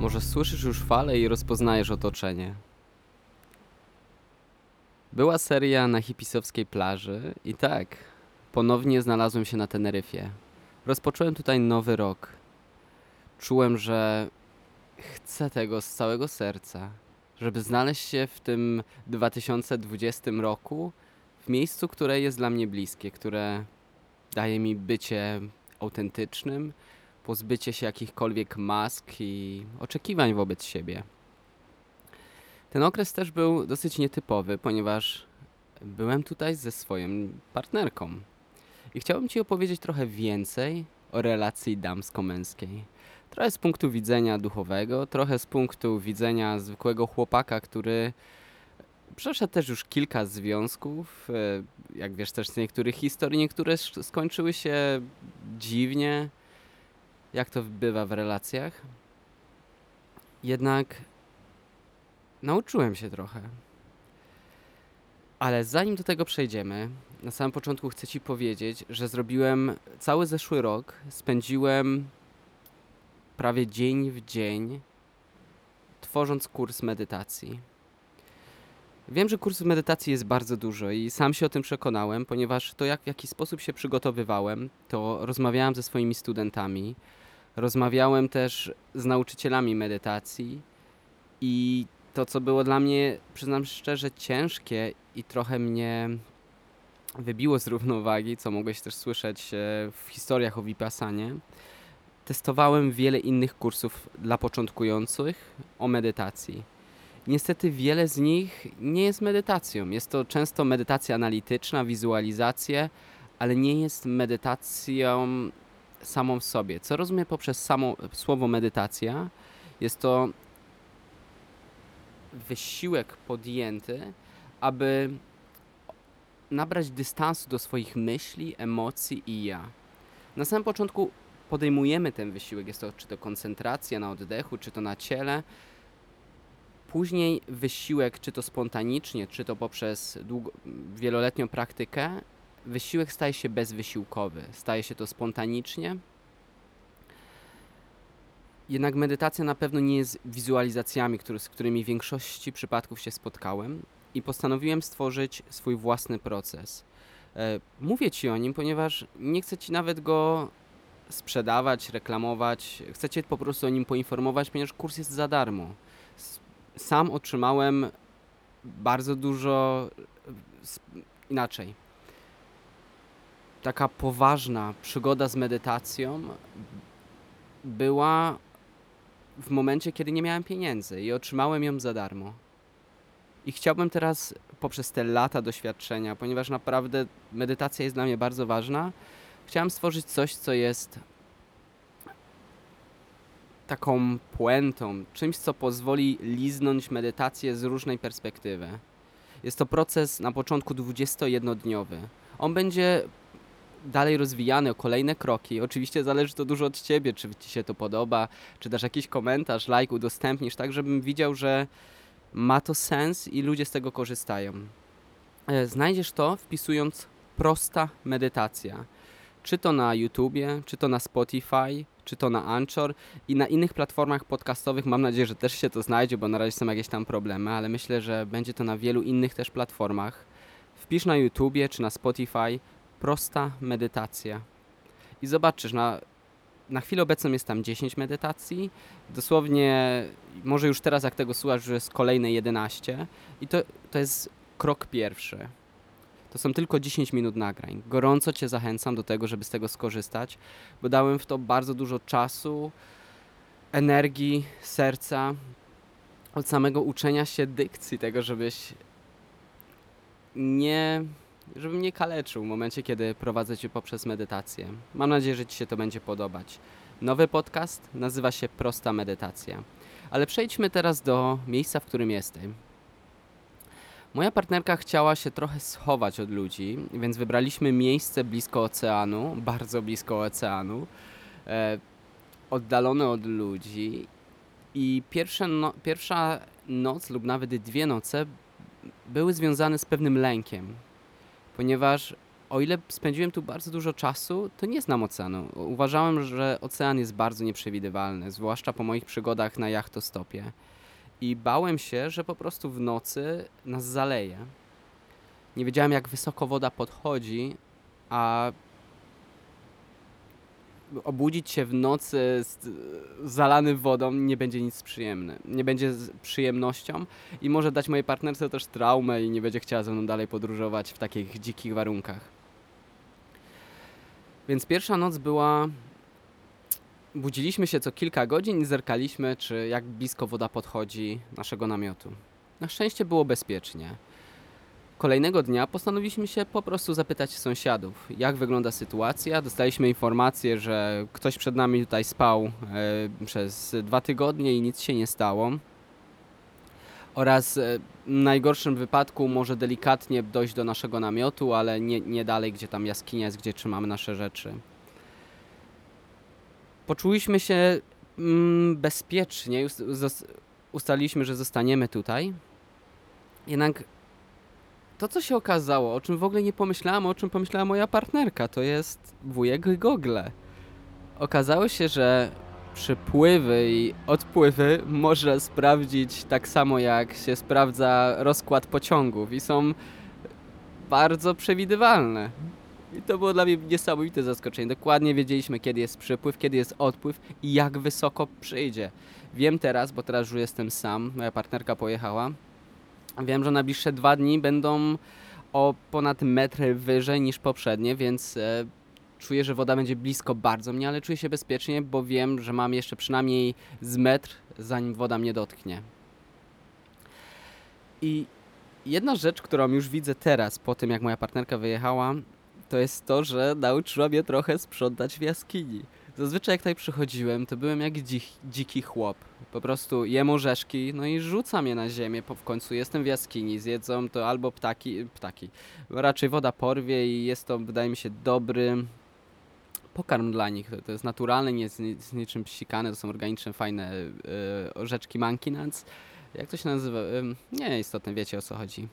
Może słyszysz już falę i rozpoznajesz otoczenie. Była seria na hipisowskiej plaży i tak, ponownie znalazłem się na Teneryfie. Rozpocząłem tutaj nowy rok. Czułem, że chcę tego z całego serca, żeby znaleźć się w tym 2020 roku w miejscu, które jest dla mnie bliskie, które daje mi bycie autentycznym, pozbycie się jakichkolwiek mask i oczekiwań wobec siebie. Ten okres też był dosyć nietypowy, ponieważ byłem tutaj ze swoją partnerką. I chciałbym Ci opowiedzieć trochę więcej o relacji damsko-męskiej. Trochę z punktu widzenia duchowego, trochę z punktu widzenia zwykłego chłopaka, który przeszedł też już kilka związków. Jak wiesz też z niektórych historii, niektóre skończyły się dziwnie, jak to bywa w relacjach. Jednak nauczyłem się trochę. Ale zanim do tego przejdziemy, na samym początku chcę Ci powiedzieć, że zrobiłem cały zeszły rok, spędziłem prawie dzień w dzień tworząc kurs medytacji. Wiem, że kursów medytacji jest bardzo dużo i sam się o tym przekonałem, ponieważ to w jaki sposób się przygotowywałem, to rozmawiałem ze swoimi studentami, rozmawiałem też z nauczycielami medytacji i to, co było dla mnie, przyznam szczerze, ciężkie i trochę mnie wybiło z równowagi, co mogłeś też słyszeć w historiach o Vipassanie. Testowałem wiele innych kursów dla początkujących o medytacji. Niestety wiele z nich nie jest medytacją. Jest to często medytacja analityczna, wizualizacje, ale nie jest medytacją samą w sobie. Co rozumiem poprzez samo słowo medytacja? Jest to wysiłek podjęty, aby nabrać dystansu do swoich myśli, emocji i ja. Na samym początku podejmujemy ten wysiłek, jest to czy to koncentracja na oddechu, czy to na ciele. Później wysiłek, czy to spontanicznie, czy to poprzez wieloletnią praktykę, wysiłek staje się bezwysiłkowy, staje się to spontanicznie. Jednak medytacja na pewno nie jest wizualizacjami, z którymi w większości przypadków się spotkałem i postanowiłem stworzyć swój własny proces. Mówię Ci o nim, ponieważ nie chcę Ci nawet go sprzedawać, reklamować. Chcę Cię po prostu o nim poinformować, ponieważ kurs jest za darmo. Sam otrzymałem bardzo dużo inaczej. Taka poważna przygoda z medytacją była w momencie, kiedy nie miałem pieniędzy i otrzymałem ją za darmo. I chciałbym teraz poprzez te lata doświadczenia, ponieważ naprawdę medytacja jest dla mnie bardzo ważna, chciałem stworzyć coś, co jest taką puentą, czymś, co pozwoli liznąć medytację z różnej perspektywy. Jest to proces na początku 21-dniowy. On będzie dalej rozwijany o kolejne kroki. Oczywiście zależy to dużo od Ciebie, czy Ci się to podoba, czy dasz jakiś komentarz, like, udostępnisz, tak żebym widział, że ma to sens i ludzie z tego korzystają. Znajdziesz to wpisując prosta medytacja. Czy to na YouTubie, czy to na Spotify, czy to na Anchor i na innych platformach podcastowych. Mam nadzieję, że też się to znajdzie, bo na razie są jakieś tam problemy, ale myślę, że będzie to na wielu innych też platformach. Wpisz na YouTubie czy na Spotify prosta medytacja i zobaczysz, na chwilę obecną jest tam 10 medytacji, dosłownie, może już teraz jak tego słuchasz, że jest kolejne 11 i to jest krok pierwszy. To są tylko 10 minut nagrań. Gorąco Cię zachęcam do tego, żeby z tego skorzystać, bo dałem w to bardzo dużo czasu, energii, serca, od samego uczenia się dykcji, tego, żebym nie kaleczył w momencie, kiedy prowadzę Cię poprzez medytację. Mam nadzieję, że Ci się to będzie podobać. Nowy podcast nazywa się Prosta Medytacja. Ale przejdźmy teraz do miejsca, w którym jestem. Moja partnerka chciała się trochę schować od ludzi, więc wybraliśmy miejsce blisko oceanu, bardzo blisko oceanu, oddalone od ludzi i pierwsza noc lub nawet 2 noce były związane z pewnym lękiem, ponieważ o ile spędziłem tu bardzo dużo czasu, to nie znam oceanu. Uważałem, że ocean jest bardzo nieprzewidywalny, zwłaszcza po moich przygodach na jachtostopie. I bałem się, że po prostu w nocy nas zaleje. Nie wiedziałem, jak wysoko woda podchodzi, a obudzić się w nocy zalany wodą nie będzie nic przyjemne. Nie będzie przyjemnością i może dać mojej partnerce też traumę i nie będzie chciała ze mną dalej podróżować w takich dzikich warunkach. Więc pierwsza noc była... Budziliśmy się co kilka godzin i zerkaliśmy, czy jak blisko woda podchodzi naszego namiotu. Na szczęście było bezpiecznie. Kolejnego dnia postanowiliśmy się po prostu zapytać sąsiadów, jak wygląda sytuacja. Dostaliśmy informację, że ktoś przed nami tutaj spał przez 2 tygodnie i nic się nie stało. Oraz w najgorszym wypadku może delikatnie dojść do naszego namiotu, ale nie dalej, gdzie tam jaskinia jest, gdzie trzymamy nasze rzeczy. Poczuliśmy się bezpiecznie, ustaliliśmy, że zostaniemy tutaj. Jednak to, co się okazało, o czym w ogóle nie pomyślałam, o czym pomyślała moja partnerka, to jest wujek Gogle. Okazało się, że przypływy i odpływy można sprawdzić tak samo, jak się sprawdza rozkład pociągów i są bardzo przewidywalne. I to było dla mnie niesamowite zaskoczenie. Dokładnie wiedzieliśmy, kiedy jest przypływ, kiedy jest odpływ i jak wysoko przyjdzie. Wiem teraz, bo teraz już jestem sam, moja partnerka pojechała. Wiem, że najbliższe 2 dni będą o ponad metr wyżej niż poprzednie, więc czuję, że woda będzie blisko bardzo mnie, ale czuję się bezpiecznie, bo wiem, że mam jeszcze przynajmniej z metr, zanim woda mnie dotknie. I jedna rzecz, którą już widzę teraz, po tym jak moja partnerka wyjechała, to jest to, że nauczyła mnie trochę sprzątać w jaskini. Zazwyczaj jak tutaj przychodziłem, to byłem jak dziki chłop. Po prostu jem orzeszki, no i rzucam je na ziemię, w końcu jestem w jaskini, zjedzą to albo ptaki, raczej woda porwie i jest to, wydaje mi się, dobry pokarm dla nich. To jest naturalne, nie jest z niczym psikane, to są organiczne, fajne orzeczki monkey nuts. Jak to się nazywa? Nie istotne, wiecie o co chodzi.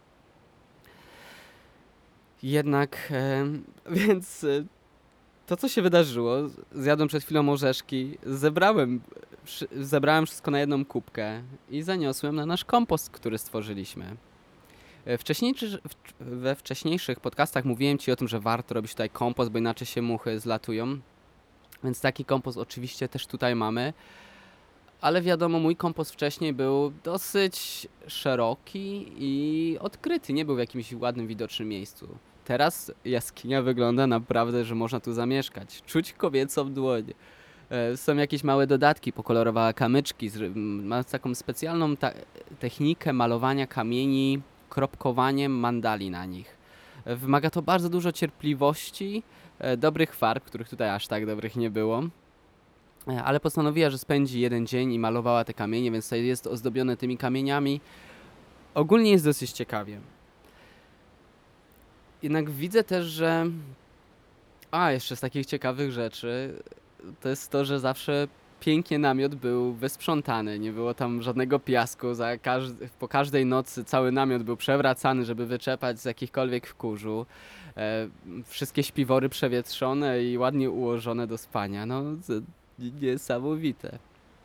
Jednak, więc to co się wydarzyło, zjadłem przed chwilą orzeszki, zebrałem wszystko na jedną kubkę i zaniosłem na nasz kompost, który stworzyliśmy. We wcześniejszych podcastach mówiłem Ci o tym, że warto robić tutaj kompost, bo inaczej się muchy zlatują. Więc taki kompost oczywiście też tutaj mamy. Ale wiadomo, mój kompost wcześniej był dosyć szeroki i odkryty, nie był w jakimś ładnym, widocznym miejscu. Teraz jaskinia wygląda naprawdę, że można tu zamieszkać. Czuć kobiecą dłoń. Są jakieś małe dodatki, pokolorowała kamyczki, ma taką specjalną technikę malowania kamieni, kropkowaniem mandali na nich. Wymaga to bardzo dużo cierpliwości, dobrych farb, których tutaj aż tak dobrych nie było. Ale postanowiła, że spędzi 1 dzień i malowała te kamienie, więc tutaj jest ozdobione tymi kamieniami. Ogólnie jest dosyć ciekawie. Jednak widzę też, że... jeszcze z takich ciekawych rzeczy, to jest to, że zawsze pięknie namiot był wysprzątany. Nie było tam żadnego piasku. Po każdej nocy cały namiot był przewracany, żeby wyczepać z jakichkolwiek kurzu. Wszystkie śpiwory przewietrzone i ładnie ułożone do spania. No, niesamowite.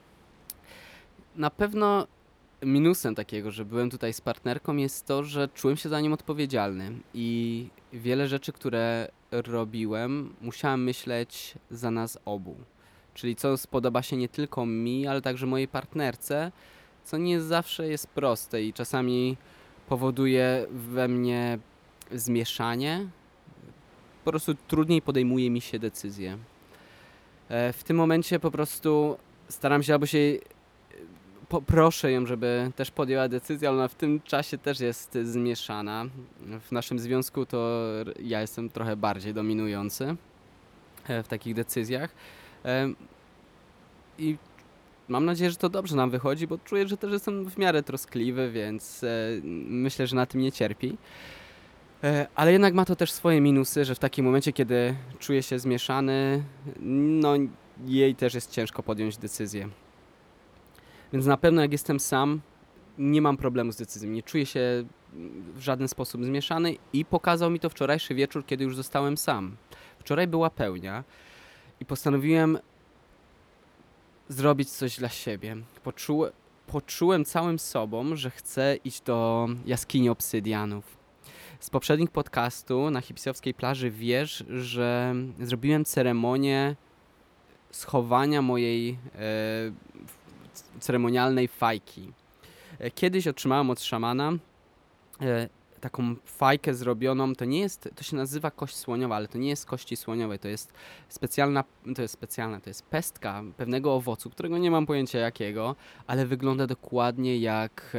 Na pewno minusem takiego, że byłem tutaj z partnerką, jest to, że czułem się za nim odpowiedzialny i wiele rzeczy, które robiłem, musiałem myśleć za nas obu. Czyli co spodoba się nie tylko mi, ale także mojej partnerce, co nie zawsze jest proste i czasami powoduje we mnie zmieszanie. Po prostu trudniej podejmuje mi się decyzje. W tym momencie po prostu staram się, albo się proszę ją, żeby też podjęła decyzję, ale ona w tym czasie też jest zmieszana. W naszym związku to ja jestem trochę bardziej dominujący w takich decyzjach. I mam nadzieję, że to dobrze nam wychodzi, bo czuję, że też jestem w miarę troskliwy, więc myślę, że na tym nie cierpi. Ale jednak ma to też swoje minusy, że w takim momencie, kiedy czuję się zmieszany, no jej też jest ciężko podjąć decyzję. Więc na pewno jak jestem sam, nie mam problemu z decyzją, nie czuję się w żaden sposób zmieszany i pokazał mi to wczorajszy wieczór, kiedy już zostałem sam. Wczoraj była pełnia i postanowiłem zrobić coś dla siebie. Poczułem całym sobą, że chcę iść do jaskini obsydianów. Z poprzednich podcastu na hipisiowskiej plaży wiesz, że zrobiłem ceremonię schowania mojej ceremonialnej fajki. Kiedyś otrzymałem od szamana taką fajkę zrobioną, to się nazywa kość słoniowa, ale to nie jest kości słoniowej, to jest pestka pewnego owocu, którego nie mam pojęcia jakiego, ale wygląda dokładnie jak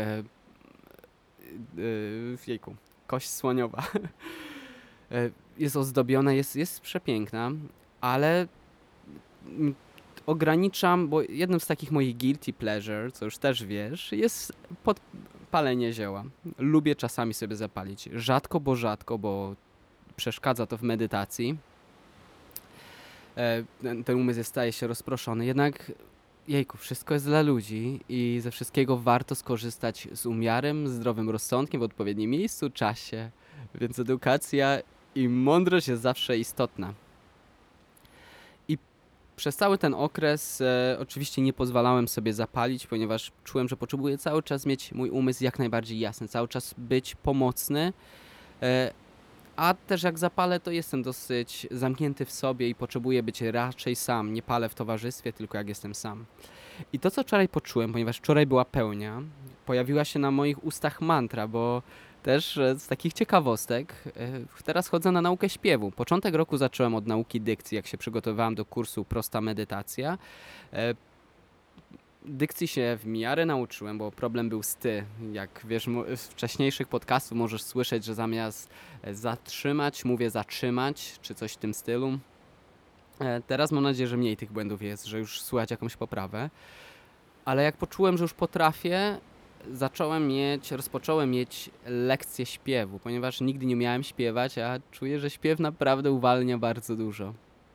kość słoniowa. Jest ozdobiona, jest przepiękna, ale ograniczam, bo jednym z takich moich guilty pleasure, co już też wiesz, jest palenie zioła. Lubię czasami sobie zapalić. Rzadko, bo przeszkadza to w medytacji. Ten umysł staje się rozproszony. Jednak, wszystko jest dla ludzi i ze wszystkiego warto skorzystać z umiarem, zdrowym rozsądkiem, w odpowiednim miejscu, czasie. Więc edukacja i mądrość jest zawsze istotna. I przez cały ten okres oczywiście nie pozwalałem sobie zapalić, ponieważ czułem, że potrzebuję cały czas mieć mój umysł jak najbardziej jasny, cały czas być pomocny, a też jak zapalę, to jestem dosyć zamknięty w sobie i potrzebuję być raczej sam. Nie palę w towarzystwie, tylko jak jestem sam. I to, co wczoraj poczułem, ponieważ wczoraj była pełnia, pojawiła się na moich ustach mantra, bo też z takich ciekawostek teraz chodzę na naukę śpiewu. Początek roku zacząłem od nauki dykcji, jak się przygotowywałem do kursu Prosta Medytacja. Dykcji się w miarę nauczyłem, bo problem był z ty. Jak wiesz, z wcześniejszych podcastów możesz słyszeć, że zamiast zatrzymać, mówię zatrzymać, czy coś w tym stylu. Teraz mam nadzieję, że mniej tych błędów jest, że już słychać jakąś poprawę. Ale jak poczułem, że już potrafię, rozpocząłem mieć lekcje śpiewu, ponieważ nigdy nie umiałem śpiewać, a czuję, że śpiew naprawdę uwalnia bardzo dużo.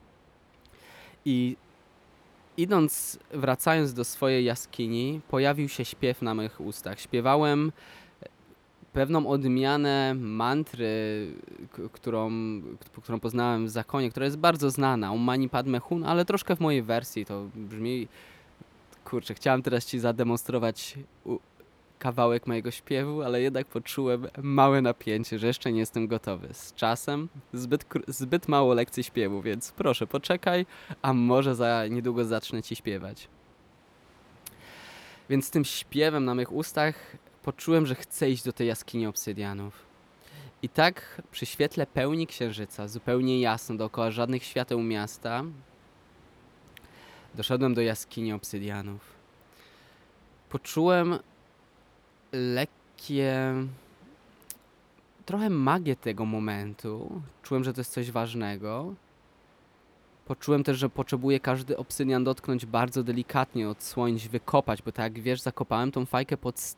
I wracając do swojej jaskini, pojawił się śpiew na moich ustach. Śpiewałem pewną odmianę mantry, którą poznałem w zakonie, która jest bardzo znana, Om Mani Padme Hum, ale troszkę w mojej wersji to brzmi... Kurczę, chciałem teraz ci zademonstrować kawałek mojego śpiewu, ale jednak poczułem małe napięcie, że jeszcze nie jestem gotowy. Z czasem zbyt mało lekcji śpiewu, więc proszę poczekaj, a może za niedługo zacznę ci śpiewać. Więc z tym śpiewem na mych ustach poczułem, że chcę iść do tej jaskini obsydianów. I tak przy świetle pełni księżyca, zupełnie jasno, dookoła żadnych świateł miasta, doszedłem do jaskini obsydianów. Poczułem trochę magię tego momentu. Czułem, że to jest coś ważnego. Poczułem też, że potrzebuję każdy obsydian dotknąć bardzo delikatnie, odsłonić, wykopać, bo tak jak wiesz, zakopałem tą fajkę pod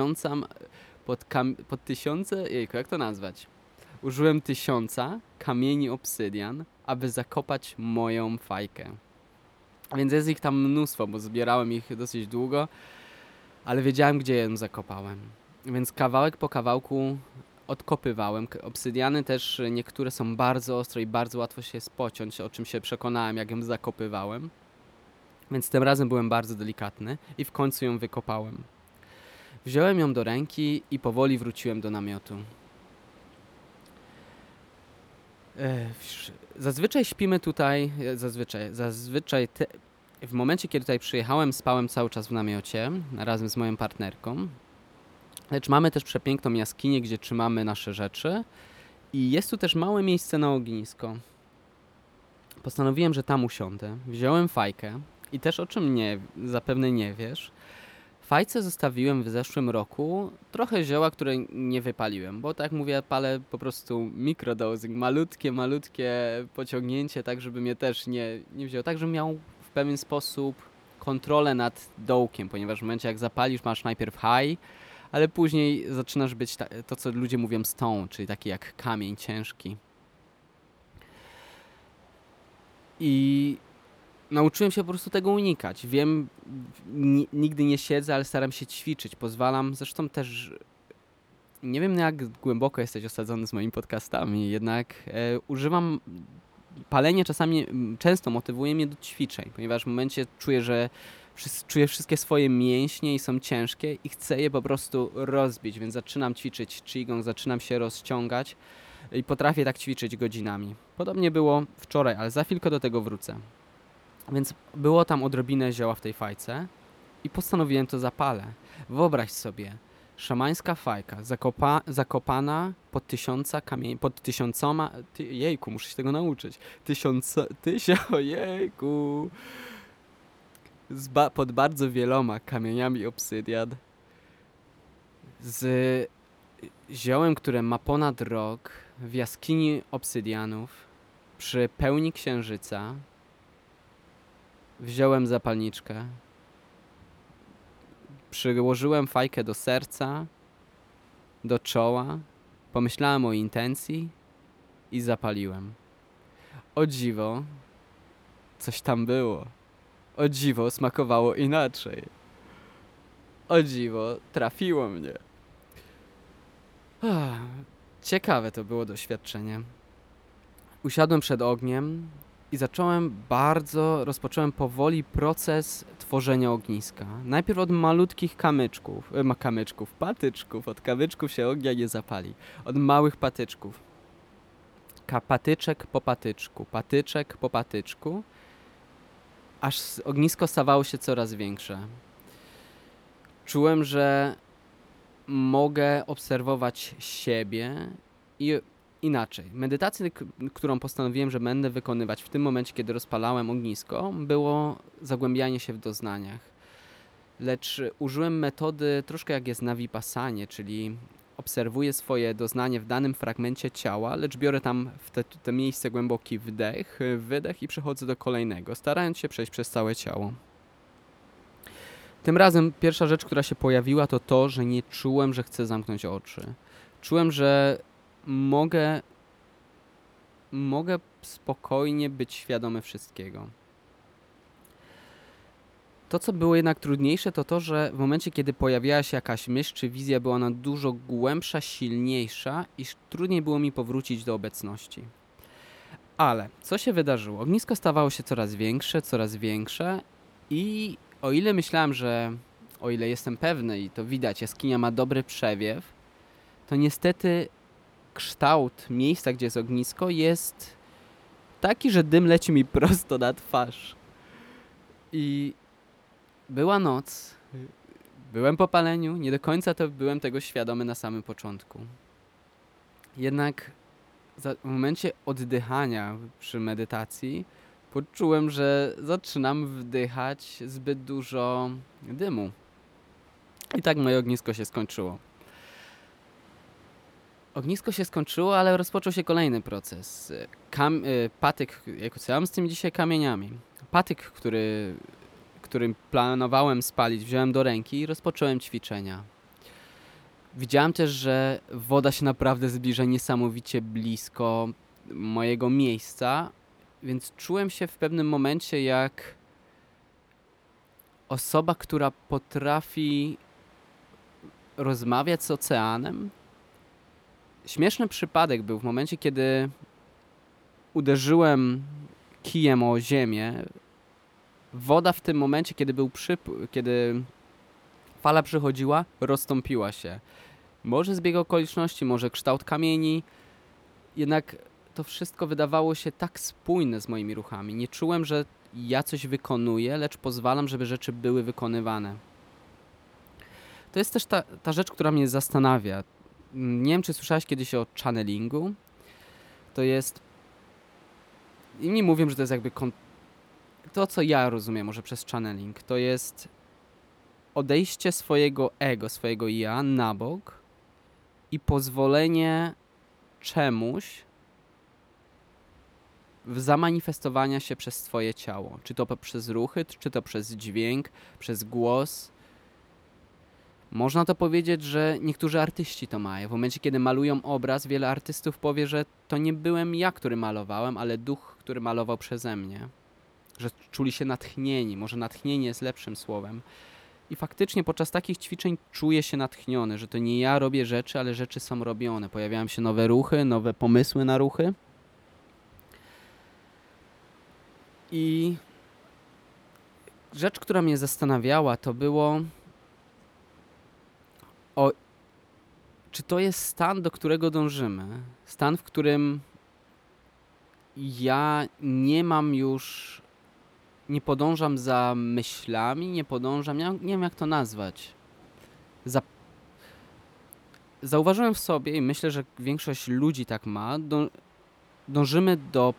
tysiące, jak to nazwać? Użyłem 1000 kamieni obsydian, aby zakopać moją fajkę. Więc jest ich tam mnóstwo, bo zbierałem ich dosyć długo, ale wiedziałem, gdzie ją zakopałem. Więc kawałek po kawałku odkopywałem. Obsydiany też niektóre są bardzo ostre i bardzo łatwo się spociąć, o czym się przekonałem, jak ją zakopywałem. Więc tym razem byłem bardzo delikatny i w końcu ją wykopałem. Wziąłem ją do ręki i powoli wróciłem do namiotu. Zazwyczaj śpimy tutaj, w momencie, kiedy tutaj przyjechałem, spałem cały czas w namiocie, razem z moją partnerką. Lecz mamy też przepiękną jaskinię, gdzie trzymamy nasze rzeczy i jest tu też małe miejsce na ognisko. Postanowiłem, że tam usiądę. Wziąłem fajkę i też o czym zapewne nie wiesz, fajce zostawiłem w zeszłym roku trochę zioła, które nie wypaliłem, bo tak jak mówię, palę po prostu microdosing, malutkie pociągnięcie, tak żeby mnie też nie wziął, tak żebym miał w pewien sposób kontrolę nad dołkiem, ponieważ w momencie jak zapalisz, masz najpierw high, ale później zaczynasz być to, co ludzie mówią stone, czyli taki jak kamień ciężki. I nauczyłem się po prostu tego unikać. Wiem, nigdy nie siedzę, ale staram się ćwiczyć. Pozwalam, zresztą też nie wiem jak głęboko jesteś osadzony z moimi podcastami, jednak używam, palenie czasami często motywuje mnie do ćwiczeń, ponieważ w momencie czuję, że czuję wszystkie swoje mięśnie i są ciężkie i chcę je po prostu rozbić, więc zaczynam ćwiczyć qigong, zaczynam się rozciągać i potrafię tak ćwiczyć godzinami. Podobnie było wczoraj, ale za chwilkę do tego wrócę. Więc było tam odrobinę zioła w tej fajce i postanowiłem to zapalę. Wyobraź sobie, szamańska fajka, zakopana pod pod tysiącoma, jejku, muszę się tego nauczyć, ojejku, pod bardzo wieloma kamieniami obsydian, z ziołem, które ma ponad rok, w jaskini obsydianów, przy pełni księżyca, wziąłem zapalniczkę, przyłożyłem fajkę do serca, do czoła, pomyślałem o intencji i zapaliłem. O dziwo, coś tam było. O dziwo, smakowało inaczej. O dziwo, trafiło mnie. Ciekawe to było doświadczenie. Usiadłem przed ogniem i rozpocząłem powoli proces tworzenia ogniska. Najpierw od malutkich patyczków. Od kamyczków się ognia nie zapali. Od małych patyczków. Patyczek po patyczku, aż ognisko stawało się coraz większe. Czułem, że mogę obserwować siebie i inaczej. Medytację, którą postanowiłem, że będę wykonywać w tym momencie, kiedy rozpalałem ognisko, było zagłębianie się w doznaniach. Lecz użyłem metody troszkę jak jest na vipassanie, czyli obserwuję swoje doznanie w danym fragmencie ciała, lecz biorę tam w te miejsce głęboki wdech, wydech i przechodzę do kolejnego, starając się przejść przez całe ciało. Tym razem pierwsza rzecz, która się pojawiła, to to, że nie czułem, że chcę zamknąć oczy. Czułem, że mogę spokojnie być świadomy wszystkiego. To, co było jednak trudniejsze, to to, że w momencie, kiedy pojawiała się jakaś myśl czy wizja, była ona dużo głębsza, silniejsza i trudniej było mi powrócić do obecności. Ale co się wydarzyło? Ognisko stawało się coraz większe i o ile myślałem, o ile jestem pewny i to widać, jaskinia ma dobry przewiew, to niestety kształt miejsca, gdzie jest ognisko, jest taki, że dym leci mi prosto na twarz. I była noc, byłem po paleniu, nie do końca byłem tego świadomy na samym początku. Jednak w momencie oddychania przy medytacji poczułem, że zaczynam wdychać zbyt dużo dymu. I tak moje ognisko się skończyło. Ognisko się skończyło, ale rozpoczął się kolejny proces. Patyk, jak co z tymi dzisiaj kamieniami. Patyk, którym planowałem spalić, wziąłem do ręki i rozpocząłem ćwiczenia. Widziałem też, że woda się naprawdę zbliża niesamowicie blisko mojego miejsca, więc czułem się w pewnym momencie jak osoba, która potrafi rozmawiać z oceanem. Śmieszny przypadek był w momencie, kiedy uderzyłem kijem o ziemię. Woda w tym momencie, kiedy fala przychodziła, rozstąpiła się. Może zbieg okoliczności, może kształt kamieni, jednak to wszystko wydawało się tak spójne z moimi ruchami. Nie czułem, że ja coś wykonuję, lecz pozwalam, żeby rzeczy były wykonywane. To jest też ta rzecz, która mnie zastanawia. Nie wiem, czy słyszałeś kiedyś o channelingu. To jest... Inni mówią, że to jest jakby to, co ja rozumiem może przez channeling. To jest odejście swojego ego, swojego ja na bok i pozwolenie czemuś w zamanifestowania się przez twoje ciało. Czy to przez ruchy, czy to przez dźwięk, przez głos. Można to powiedzieć, że niektórzy artyści to mają. W momencie, kiedy malują obraz, wiele artystów powie, że to nie byłem ja, który malowałem, ale duch, który malował przeze mnie. że czuli się natchnieni, może natchnienie jest lepszym słowem. I faktycznie podczas takich ćwiczeń czuję się natchniony, że to nie ja robię rzeczy, ale rzeczy są robione. Pojawiają się nowe ruchy, nowe pomysły na ruchy. I rzecz, która mnie zastanawiała, to było, czy to jest stan, do którego dążymy. Stan, w którym ja nie podążam za myślami, nie wiem jak to nazwać. Zauważyłem w sobie i myślę, że większość ludzi tak ma, dążymy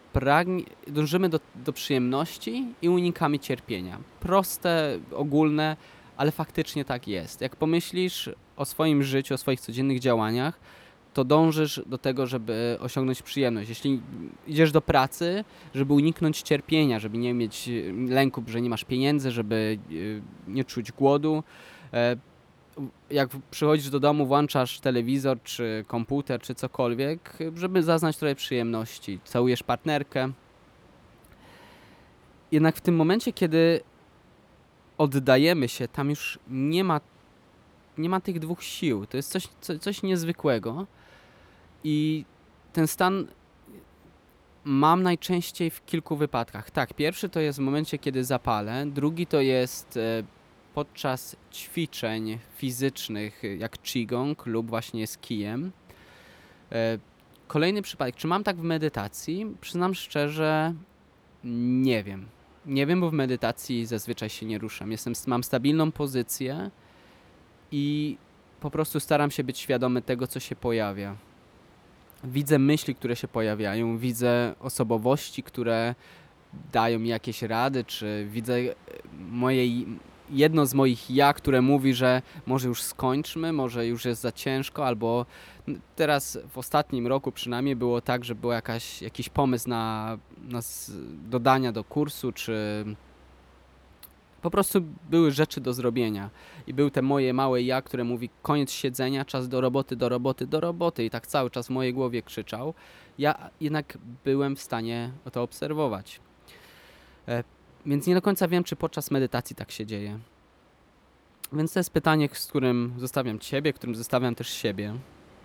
do przyjemności i unikamy cierpienia. Proste, ogólne, ale faktycznie tak jest. Jak pomyślisz o swoim życiu, o swoich codziennych działaniach, to dążysz do tego, żeby osiągnąć przyjemność. Jeśli idziesz do pracy, żeby uniknąć cierpienia, żeby nie mieć lęku, że nie masz pieniędzy, żeby nie czuć głodu, jak przychodzisz do domu, włączasz telewizor, czy komputer, czy cokolwiek, żeby zaznać trochę przyjemności. Całujesz partnerkę. Jednak w tym momencie, kiedy oddajemy się, tam już nie ma tych dwóch sił. To jest coś niezwykłego. I ten stan mam najczęściej w kilku wypadkach. Tak, pierwszy to jest w momencie, kiedy zapalę. Drugi to jest podczas ćwiczeń fizycznych, jak qigong lub właśnie z kijem. Kolejny przypadek, czy mam tak w medytacji? Przyznam szczerze, nie wiem. Nie wiem, bo w medytacji zazwyczaj się nie ruszam. Mam stabilną pozycję i po prostu staram się być świadomy tego, co się pojawia. Widzę myśli, które się pojawiają, widzę osobowości, które dają mi jakieś rady, czy widzę jedno z moich ja, które mówi, że może już skończmy, może już jest za ciężko, albo teraz w ostatnim roku przynajmniej było tak, że był jakiś pomysł na dodania do kursu, czy po prostu były rzeczy do zrobienia. I był te moje małe ja, które mówi koniec siedzenia, czas do roboty, do roboty, do roboty. I tak cały czas w mojej głowie krzyczał. Ja jednak byłem w stanie to obserwować. Więc nie do końca wiem, czy podczas medytacji tak się dzieje. Więc to jest pytanie, z którym zostawiam Ciebie, którym zostawiam też siebie.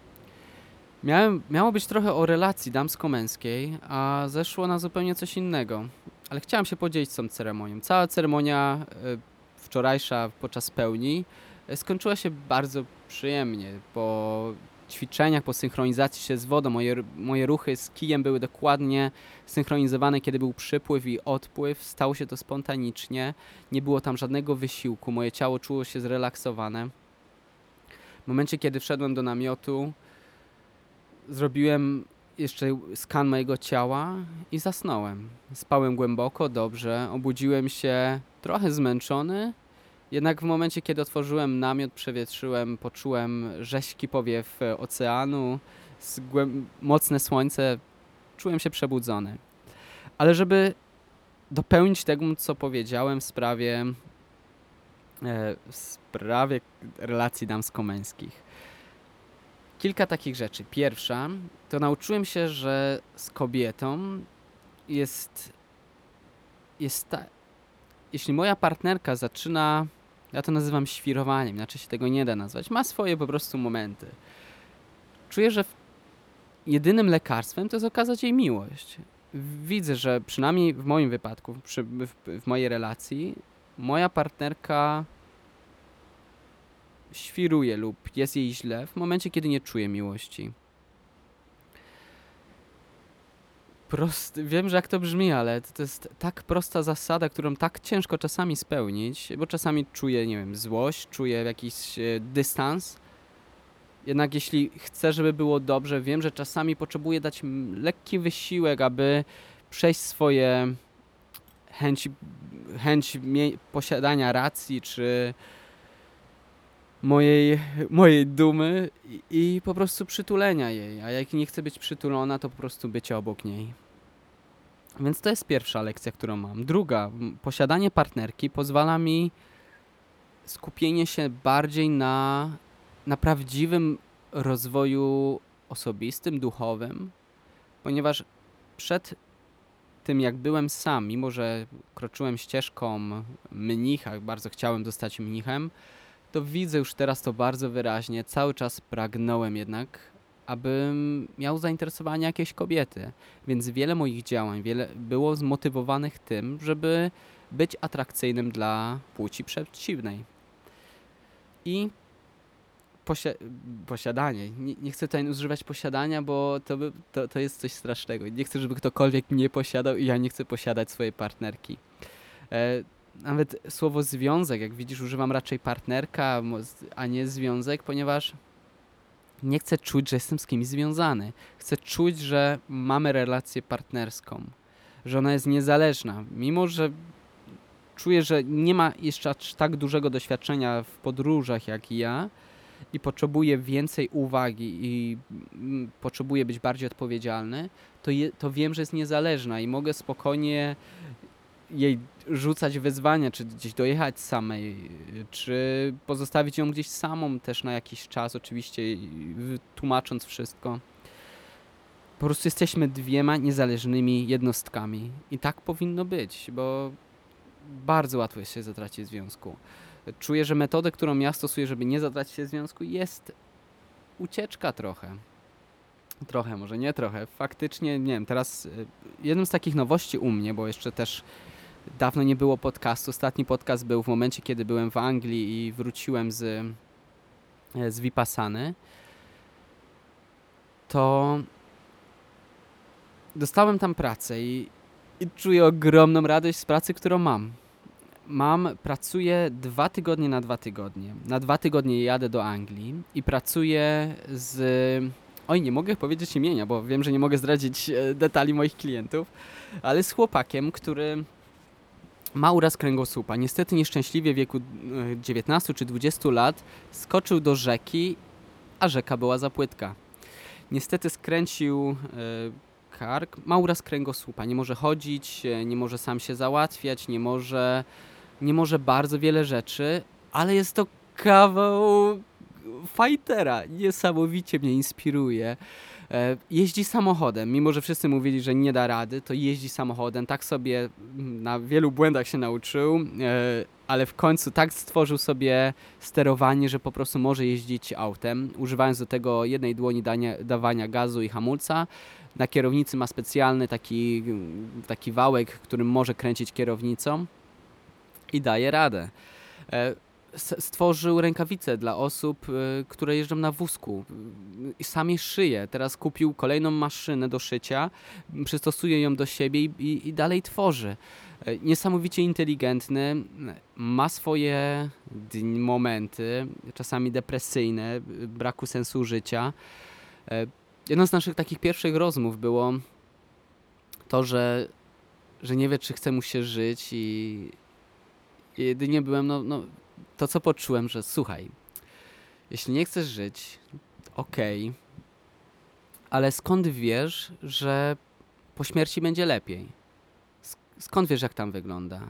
Miało być trochę o relacji damsko-męskiej, a zeszło na zupełnie coś innego. Ale chciałem się podzielić z tą ceremonią. Cała ceremonia wczorajsza podczas pełni skończyła się bardzo przyjemnie. Po ćwiczeniach, po synchronizacji się z wodą, moje ruchy z kijem były dokładnie synchronizowane, kiedy był przypływ i odpływ. Stało się to spontanicznie, nie było tam żadnego wysiłku, moje ciało czuło się zrelaksowane. W momencie, kiedy wszedłem do namiotu, zrobiłem jeszcze skan mojego ciała i zasnąłem. Spałem głęboko, dobrze, obudziłem się trochę zmęczony, jednak w momencie, kiedy otworzyłem namiot, przewietrzyłem, poczułem rześki powiew oceanu, mocne słońce, czułem się przebudzony. Ale żeby dopełnić tego, co powiedziałem w sprawie relacji damsko-męskich. Kilka takich rzeczy. Pierwsza, to nauczyłem się, że z kobietą jeśli moja partnerka zaczyna, ja to nazywam świrowaniem, inaczej się tego nie da nazwać, ma swoje po prostu momenty. Czuję, że jedynym lekarstwem to jest okazać jej miłość. Widzę, że przynajmniej w moim wypadku, w mojej relacji, moja partnerka świruje lub jest jej źle w momencie, kiedy nie czuje miłości. Wiem, że jak to brzmi, ale to jest tak prosta zasada, którą tak ciężko czasami spełnić, bo czasami czuję, nie wiem, złość, czuję jakiś dystans. Jednak jeśli chcę, żeby było dobrze, wiem, że czasami potrzebuję dać lekki wysiłek, aby przejść swoje chęć posiadania racji, czy mojej dumy i po prostu przytulenia jej. A jak nie chcę być przytulona, to po prostu bycie obok niej. Więc to jest pierwsza lekcja, którą mam. Druga, posiadanie partnerki pozwala mi skupienie się bardziej na prawdziwym rozwoju osobistym, duchowym, ponieważ przed tym, jak byłem sam, mimo że kroczyłem ścieżką mnicha, bardzo chciałem zostać mnichem, to widzę już teraz to bardzo wyraźnie. Cały czas pragnąłem jednak, abym miał zainteresowanie jakiejś kobiety. Więc wiele moich działań było zmotywowanych tym, żeby być atrakcyjnym dla płci przeciwnej. I posi- posiadanie. Nie chcę tutaj używać posiadania, bo to jest coś strasznego. Nie chcę, żeby ktokolwiek mnie posiadał i ja nie chcę posiadać swojej partnerki. E, Nawet słowo związek, jak widzisz, używam raczej partnerka, a nie związek, ponieważ nie chcę czuć, że jestem z kimś związany. Chcę czuć, że mamy relację partnerską, że ona jest niezależna, mimo że czuję, że nie ma jeszcze aż tak dużego doświadczenia w podróżach jak ja i potrzebuje więcej uwagi i potrzebuje być bardziej odpowiedzialny, to wiem, że jest niezależna i mogę spokojnie jej rzucać wyzwania, czy gdzieś dojechać samej, czy pozostawić ją gdzieś samą też na jakiś czas, oczywiście tłumacząc wszystko. Po prostu jesteśmy dwiema niezależnymi jednostkami i tak powinno być, bo bardzo łatwo jest się zatracić w związku. Czuję, że metodę, którą ja stosuję, żeby nie zatracić się w związku, jest ucieczka trochę. Trochę, może nie trochę. Faktycznie, nie wiem, teraz jedną z takich nowości u mnie, bo jeszcze też dawno nie było podcastu. Ostatni podcast był w momencie, kiedy byłem w Anglii i wróciłem z Vipassany. To dostałem tam pracę i czuję ogromną radość z pracy, którą mam. Pracuję 2 tygodnie na 2 tygodnie. Na 2 tygodnie jadę do Anglii i pracuję Oj, nie mogę powiedzieć imienia, bo wiem, że nie mogę zdradzić detali moich klientów, ale z chłopakiem, który ma uraz kręgosłupa. Niestety nieszczęśliwie w wieku 19 czy 20 lat skoczył do rzeki, a rzeka była za płytka. Niestety skręcił kark, ma uraz kręgosłupa. Nie może chodzić, nie może sam się załatwiać, nie może bardzo wiele rzeczy, ale jest to kawał fightera. Niesamowicie mnie inspiruje. Jeździ samochodem, mimo że wszyscy mówili, że nie da rady, to jeździ samochodem, tak sobie na wielu błędach się nauczył, ale w końcu tak stworzył sobie sterowanie, że po prostu może jeździć autem, używając do tego jednej dłoni dawania gazu i hamulca. Na kierownicy ma specjalny taki wałek, którym może kręcić kierownicą i daje radę. Stworzył rękawice dla osób, które jeżdżą na wózku i sam je szyje. Teraz kupił kolejną maszynę do szycia, przystosuje ją do siebie i dalej tworzy. Niesamowicie inteligentny, ma swoje momenty, czasami depresyjne, braku sensu życia. Jedną z naszych takich pierwszych rozmów było to, że nie wie, czy chce mu się żyć i jedynie byłem, to co poczułem, że słuchaj, jeśli nie chcesz żyć, okej, ale skąd wiesz, że po śmierci będzie lepiej? Skąd wiesz, jak tam wygląda?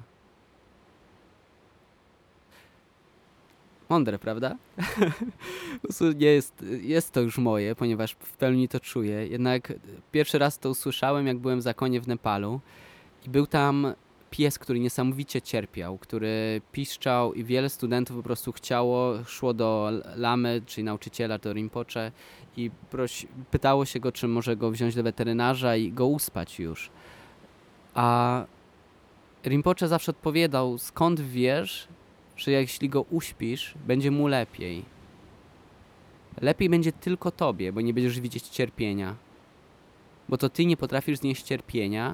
Mądre, prawda? Po prostu nie jest to już moje, ponieważ w pełni to czuję. Jednak pierwszy raz to usłyszałem, jak byłem w zakonie w Nepalu i był tam pies, który niesamowicie cierpiał, który piszczał i wiele studentów po prostu szło do lamy, czyli nauczyciela, do Rinpoche i pytało się go, czy może go wziąć do weterynarza i go uspać już. A Rinpoche zawsze odpowiadał, skąd wiesz, że jeśli go uśpisz, będzie mu lepiej. Lepiej będzie tylko tobie, bo nie będziesz widzieć cierpienia. Bo to ty nie potrafisz znieść cierpienia,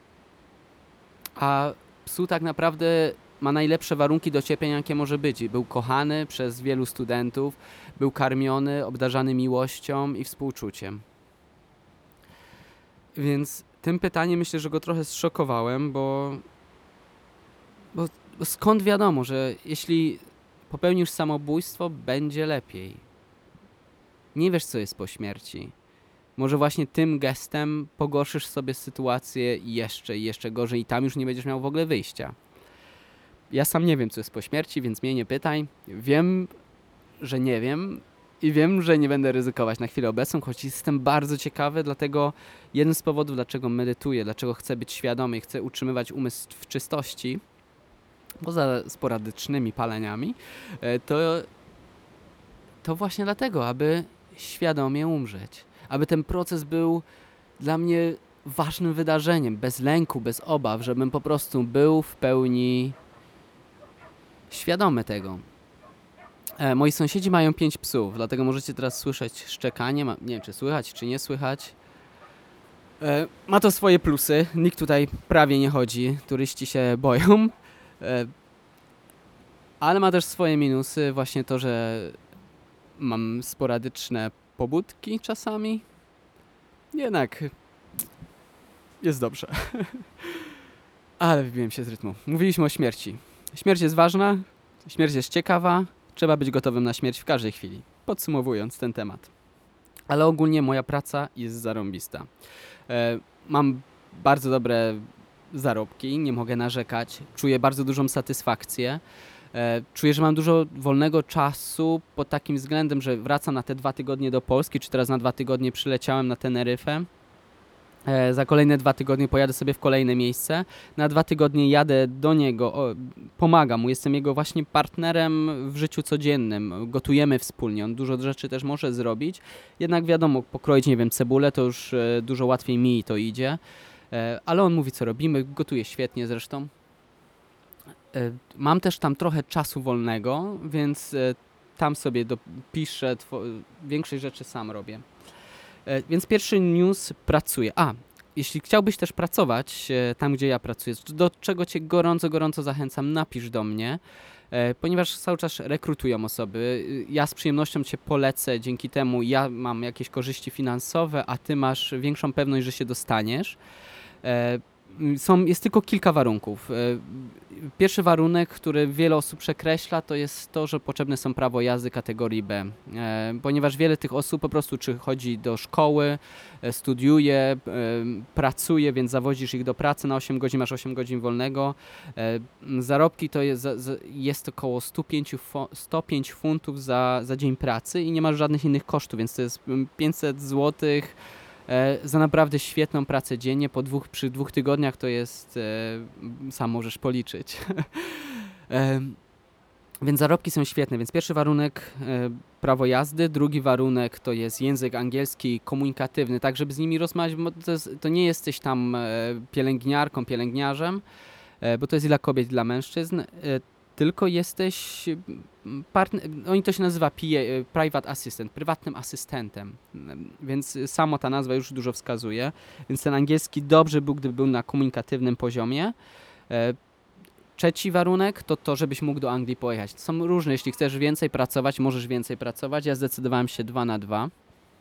a psu tak naprawdę ma najlepsze warunki do cierpienia, jakie może być. Był kochany przez wielu studentów, był karmiony, obdarzany miłością i współczuciem. Więc tym pytaniem myślę, że go trochę zszokowałem, bo skąd wiadomo, że jeśli popełnisz samobójstwo, będzie lepiej. Nie wiesz, co jest po śmierci. Może właśnie tym gestem pogorszysz sobie sytuację jeszcze i jeszcze gorzej i tam już nie będziesz miał w ogóle wyjścia. Ja sam nie wiem, co jest po śmierci, więc mnie nie pytaj. Wiem, że nie wiem, I wiem, że nie będę ryzykować na chwilę obecną, choć jestem bardzo ciekawy, dlatego jeden z powodów, dlaczego medytuję, dlaczego chcę być świadomy i chcę utrzymywać umysł w czystości, poza sporadycznymi paleniami, to właśnie dlatego, aby świadomie umrzeć. Aby ten proces był dla mnie ważnym wydarzeniem, bez lęku, bez obaw, żebym po prostu był w pełni świadomy tego. Moi sąsiedzi mają 5 psów, dlatego możecie teraz słyszeć szczekanie. Nie wiem, czy słychać, czy nie słychać. Ma to swoje plusy. Nikt tutaj prawie nie chodzi. Turyści się boją. Ale ma też swoje minusy. Właśnie to, że mam sporadyczne pobudki czasami. Jednak jest dobrze. Ale wybiłem się z rytmu. Mówiliśmy o śmierci. Śmierć jest ważna, śmierć jest ciekawa. Trzeba być gotowym na śmierć w każdej chwili. Podsumowując ten temat. Ale ogólnie moja praca jest zarąbista. Mam bardzo dobre zarobki, nie mogę narzekać. Czuję bardzo dużą satysfakcję. Czuję, że mam dużo wolnego czasu pod takim względem, że wracam na te 2 tygodnie do Polski, czy teraz na 2 tygodnie przyleciałem na Teneryfę. Za kolejne 2 tygodnie pojadę sobie w kolejne miejsce. Na 2 tygodnie jadę do niego, pomagam mu, jestem jego właśnie partnerem w życiu codziennym. Gotujemy wspólnie, on dużo rzeczy też może zrobić. Jednak wiadomo, pokroić, nie wiem, cebulę to już dużo łatwiej mi to idzie. Ale on mówi, co robimy, gotuje świetnie zresztą. Mam też tam trochę czasu wolnego, więc tam sobie piszę, większość rzeczy sam robię. Więc pierwszy news, pracuję. Jeśli chciałbyś też pracować tam, gdzie ja pracuję, do czego cię gorąco zachęcam, napisz do mnie, ponieważ cały czas rekrutują osoby. Ja z przyjemnością cię polecę, dzięki temu ja mam jakieś korzyści finansowe, a ty masz większą pewność, że się dostaniesz. Jest tylko kilka warunków. Pierwszy warunek, który wiele osób przekreśla, to jest to, że potrzebne są prawo jazdy kategorii B. Ponieważ wiele tych osób po prostu czy chodzi do szkoły, studiuje, pracuje, więc zawozisz ich do pracy na 8 godzin, masz 8 godzin wolnego. Zarobki to jest około 105 funtów za dzień pracy i nie masz żadnych innych kosztów, więc to jest 500 złotych za naprawdę świetną pracę dziennie. Przy 2 tygodniach to jest, sam możesz policzyć. Więc zarobki są świetne, więc pierwszy warunek prawo jazdy, drugi warunek to jest język angielski komunikatywny, tak żeby z nimi rozmawiać, bo to nie jesteś tam pielęgniarką, pielęgniarzem, bo to jest dla kobiet, dla mężczyzn, tylko jesteś oni to się nazywa PA, Private Assistant, prywatnym asystentem, więc samo ta nazwa już dużo wskazuje, więc ten angielski dobrze był, gdyby był na komunikatywnym poziomie. Trzeci warunek to żebyś mógł do Anglii pojechać. To są różne, jeśli chcesz więcej pracować, możesz więcej pracować, ja zdecydowałem się 2 na 2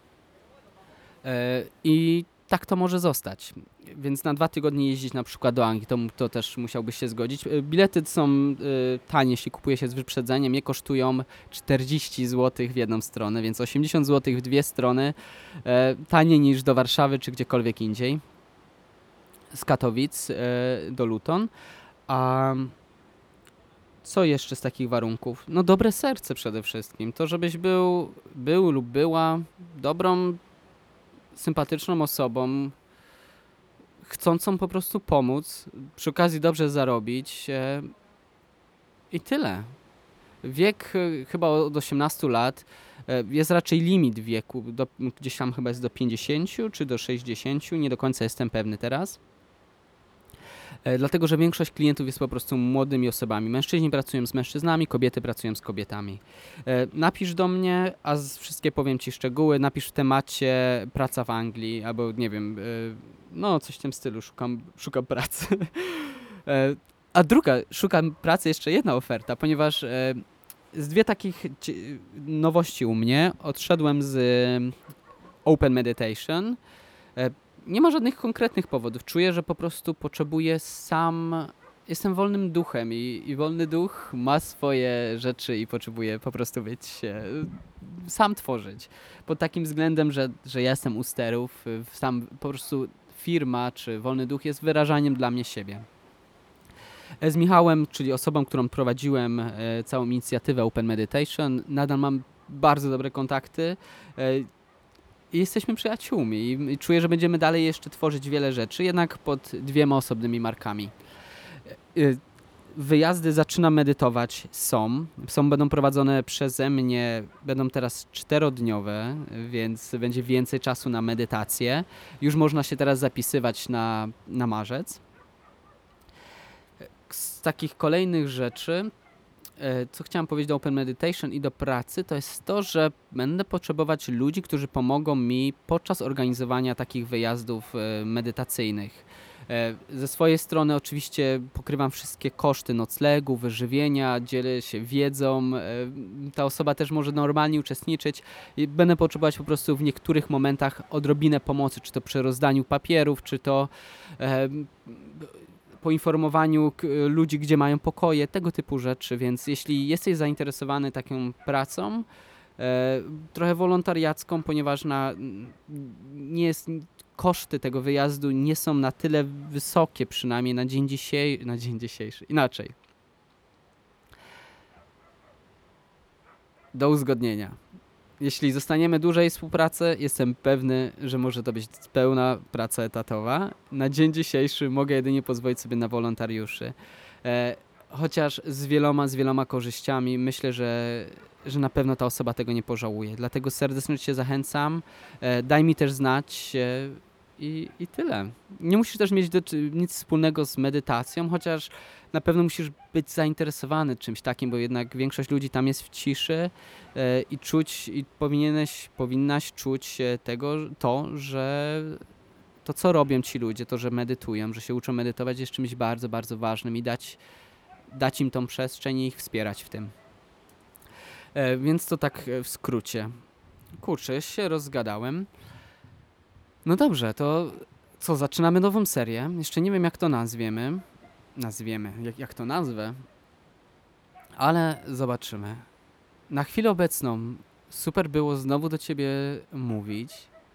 i tak to może zostać. Więc na 2 tygodnie jeździć na przykład do Anglii, to też musiałbyś się zgodzić. Bilety są tanie, jeśli kupuje się z wyprzedzeniem. Je kosztują 40 zł w jedną stronę, więc 80 zł w 2 strony. Taniej niż do Warszawy czy gdziekolwiek indziej. Z Katowic do Luton. A co jeszcze z takich warunków? No dobre serce przede wszystkim. To żebyś był lub była dobrą, sympatyczną osobą, chcącą po prostu pomóc, przy okazji dobrze zarobić i tyle. Wiek chyba od 18 lat, jest raczej limit wieku, gdzieś tam chyba jest do 50 czy do 60, nie do końca jestem pewny teraz. Dlatego, że większość klientów jest po prostu młodymi osobami. Mężczyźni pracują z mężczyznami, kobiety pracują z kobietami. Napisz do mnie, a wszystkie powiem ci szczegóły. Napisz w temacie praca w Anglii, albo nie wiem, no coś w tym stylu, szukam pracy. A druga, szukam pracy, jeszcze jedna oferta, ponieważ z 2 takich nowości u mnie. Odszedłem z Open Meditation. Nie ma żadnych konkretnych powodów. Czuję, że po prostu potrzebuję jestem wolnym duchem i wolny duch ma swoje rzeczy i potrzebuje po prostu sam tworzyć. Pod takim względem, że ja jestem u sterów, sam po prostu firma czy wolny duch jest wyrażaniem dla mnie siebie. Z Michałem, czyli osobą, którą prowadziłem całą inicjatywę Open Meditation, nadal mam bardzo dobre kontakty i jesteśmy przyjaciółmi i czuję, że będziemy dalej jeszcze tworzyć wiele rzeczy, jednak pod 2 osobnymi markami. Wyjazdy zaczynam medytować będą prowadzone przeze mnie, będą teraz 4-dniowe, więc będzie więcej czasu na medytację. Już można się teraz zapisywać na marzec. Z takich kolejnych rzeczy, co chciałem powiedzieć do Open Meditation i do pracy, to jest to, że będę potrzebować ludzi, którzy pomogą mi podczas organizowania takich wyjazdów medytacyjnych. Ze swojej strony oczywiście pokrywam wszystkie koszty noclegu, wyżywienia, dzielę się wiedzą. Ta osoba też może normalnie uczestniczyć i będę potrzebować po prostu w niektórych momentach odrobinę pomocy, czy to przy rozdaniu papierów, czy to poinformowaniu ludzi, gdzie mają pokoje, tego typu rzeczy, więc jeśli jesteś zainteresowany taką pracą, trochę wolontariacką, ponieważ koszty tego wyjazdu nie są na tyle wysokie, przynajmniej na dzień dzisiejszy. Inaczej. Do uzgodnienia. Jeśli zostaniemy dłużej w współpracy, jestem pewny, że może to być pełna praca etatowa. Na dzień dzisiejszy mogę jedynie pozwolić sobie na wolontariuszy. Chociaż z wieloma korzyściami myślę, że na pewno ta osoba tego nie pożałuje. Dlatego serdecznie Cię zachęcam. Daj mi też znać i tyle. Nie musisz też mieć nic wspólnego z medytacją, chociaż na pewno musisz być zainteresowany czymś takim, bo jednak większość ludzi tam jest w ciszy i powinnaś czuć że to, co robią ci ludzie, to, że medytują, że się uczą medytować, jest czymś bardzo, bardzo ważnym i dać im tą przestrzeń i ich wspierać w tym. Więc to tak w skrócie. Kurczę, się rozgadałem. No dobrze, to co, zaczynamy nową serię. Jeszcze nie wiem, jak to nazwiemy. Jak to nazwę. Ale zobaczymy. Na chwilę obecną super było znowu do Ciebie mówić.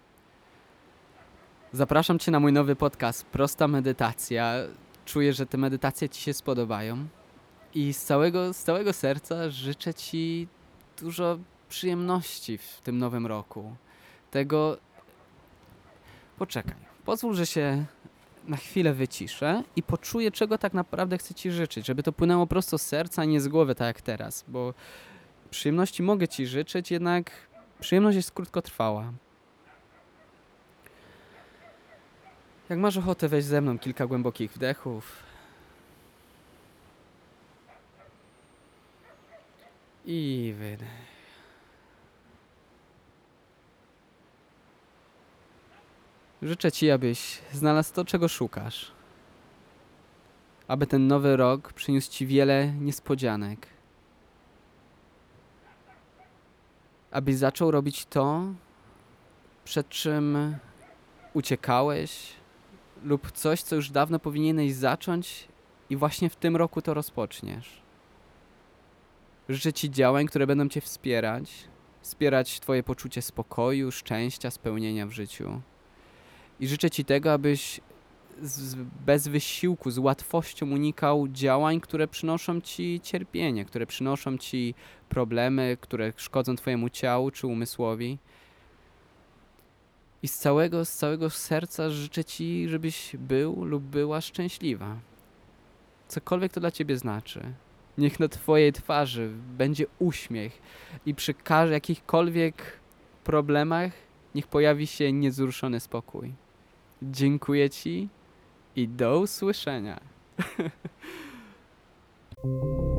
Zapraszam Cię na mój nowy podcast Prosta Medytacja. Czuję, że te medytacje Ci się spodobają. I z całego serca życzę Ci dużo przyjemności w tym nowym roku. Poczekaj. Pozwól, że się na chwilę wyciszę i poczuję, czego tak naprawdę chcę Ci życzyć. Żeby to płynęło prosto z serca, a nie z głowy, tak jak teraz. Bo przyjemności mogę Ci życzyć, jednak przyjemność jest krótkotrwała. Jak masz ochotę, weź ze mną kilka głębokich wdechów i wydech. Życzę Ci, abyś znalazł to, czego szukasz. Aby ten nowy rok przyniósł Ci wiele niespodzianek. Abyś zaczął robić to, przed czym uciekałeś, lub coś, co już dawno powinieneś zacząć i właśnie w tym roku to rozpoczniesz. Życzę Ci działań, które będą Cię wspierać Twoje poczucie spokoju, szczęścia, spełnienia w życiu. I życzę Ci tego, abyś bez wysiłku, z łatwością unikał działań, które przynoszą Ci cierpienie, które przynoszą Ci problemy, które szkodzą Twojemu ciału czy umysłowi. I z całego serca życzę Ci, żebyś był lub była szczęśliwa. Cokolwiek to dla Ciebie znaczy. Niech na Twojej twarzy będzie uśmiech i przy jakichkolwiek problemach niech pojawi się niewzruszony spokój. Dziękuję Ci i do usłyszenia.